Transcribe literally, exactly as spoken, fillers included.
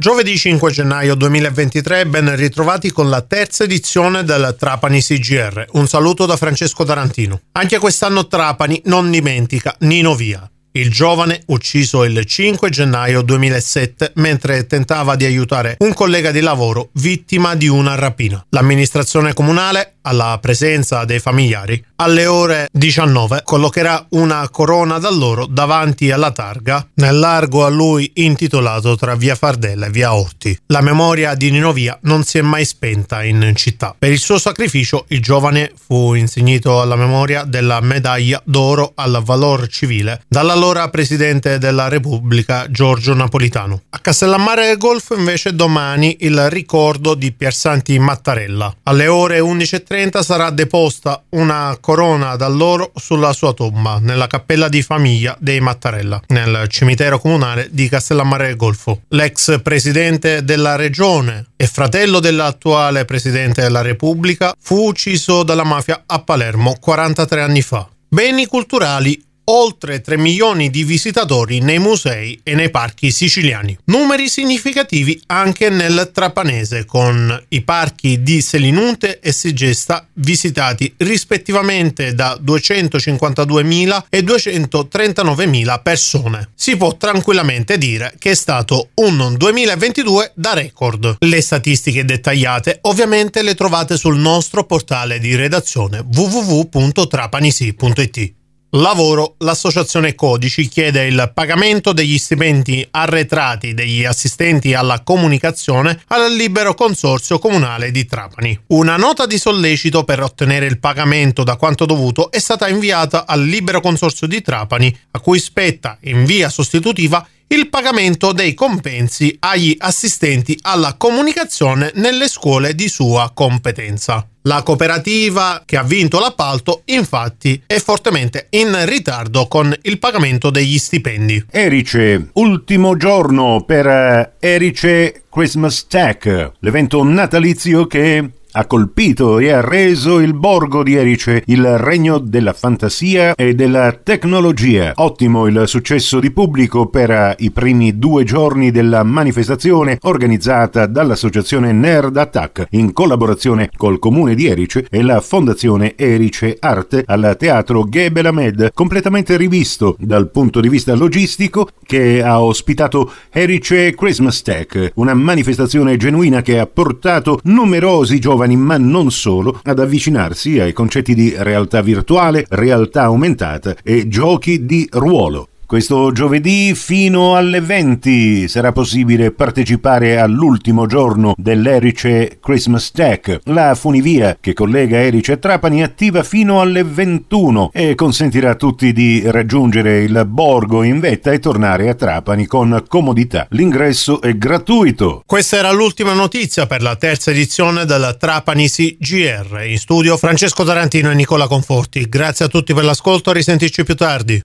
Giovedì cinque gennaio duemilaventitré, ben ritrovati con la terza edizione del Trapani C G R. Un saluto da Francesco Tarantino. Anche quest'anno Trapani non dimentica Nino Via, il giovane ucciso il cinque gennaio duemilasette mentre tentava di aiutare un collega di lavoro vittima di una rapina. L'amministrazione comunale, alla presenza dei familiari, alle ore diciannove collocherà una corona d'alloro davanti alla targa nel largo a lui intitolato tra via Fardella e via Orti. La memoria di Nino Via non si è mai spenta in città. Per il suo sacrificio il giovane fu insignito alla memoria della medaglia d'oro al valor civile dall'allora presidente della Repubblica Giorgio Napolitano. A Castellammare Golf invece domani il ricordo di Piersanti Mattarella. Alle ore undici e trenta sarà deposta una corona d'alloro sulla sua tomba nella cappella di famiglia dei Mattarella, nel cimitero comunale di Castellammare Golfo. L'ex presidente della regione e fratello dell'attuale presidente della Repubblica fu ucciso dalla mafia a Palermo quarantatré anni fa. Beni culturali: oltre tre milioni di visitatori nei musei e nei parchi siciliani. Numeri significativi anche nel trapanese, con i parchi di Selinunte e Segesta visitati rispettivamente da duecentocinquantaduemila e duecentotrentanovanomila persone. Si può tranquillamente dire che è stato un duemilaventidue da record. Le statistiche dettagliate ovviamente le trovate sul nostro portale di redazione w w w punto trapanisi punto i t. Lavoro: l'associazione Codici chiede il pagamento degli stipendi arretrati degli assistenti alla comunicazione al Libero Consorzio Comunale di Trapani. Una nota di sollecito per ottenere il pagamento da quanto dovuto è stata inviata al Libero Consorzio di Trapani, a cui spetta in via sostitutiva il pagamento dei compensi agli assistenti alla comunicazione nelle scuole di sua competenza. La cooperativa che ha vinto l'appalto, infatti, è fortemente in ritardo con il pagamento degli stipendi. Erice, ultimo giorno per Erice Christmas Tech, l'evento natalizio che ha colpito e ha reso il borgo di Erice il regno della fantasia e della tecnologia. Ottimo il successo di pubblico per i primi due giorni della manifestazione organizzata dall'associazione Nerd Attack in collaborazione col comune di Erice e la fondazione Erice Arte al teatro Gebel Ahmed, completamente rivisto dal punto di vista logistico, che ha ospitato Erice Christmas Tech, una manifestazione genuina che ha portato numerosi giovani, ma non solo, ad avvicinarsi ai concetti di realtà virtuale, realtà aumentata e giochi di ruolo. Questo giovedì fino alle venti sarà possibile partecipare all'ultimo giorno dell'Erice Christmas Tech. La funivia che collega Erice e Trapani attiva fino alle ventuno e consentirà a tutti di raggiungere il borgo in vetta e tornare a Trapani con comodità. L'ingresso è gratuito. Questa era l'ultima notizia per la terza edizione del Trapani C G R. In studio Francesco Tarantino e Nicola Conforti. Grazie a tutti per l'ascolto, a risentirci più tardi.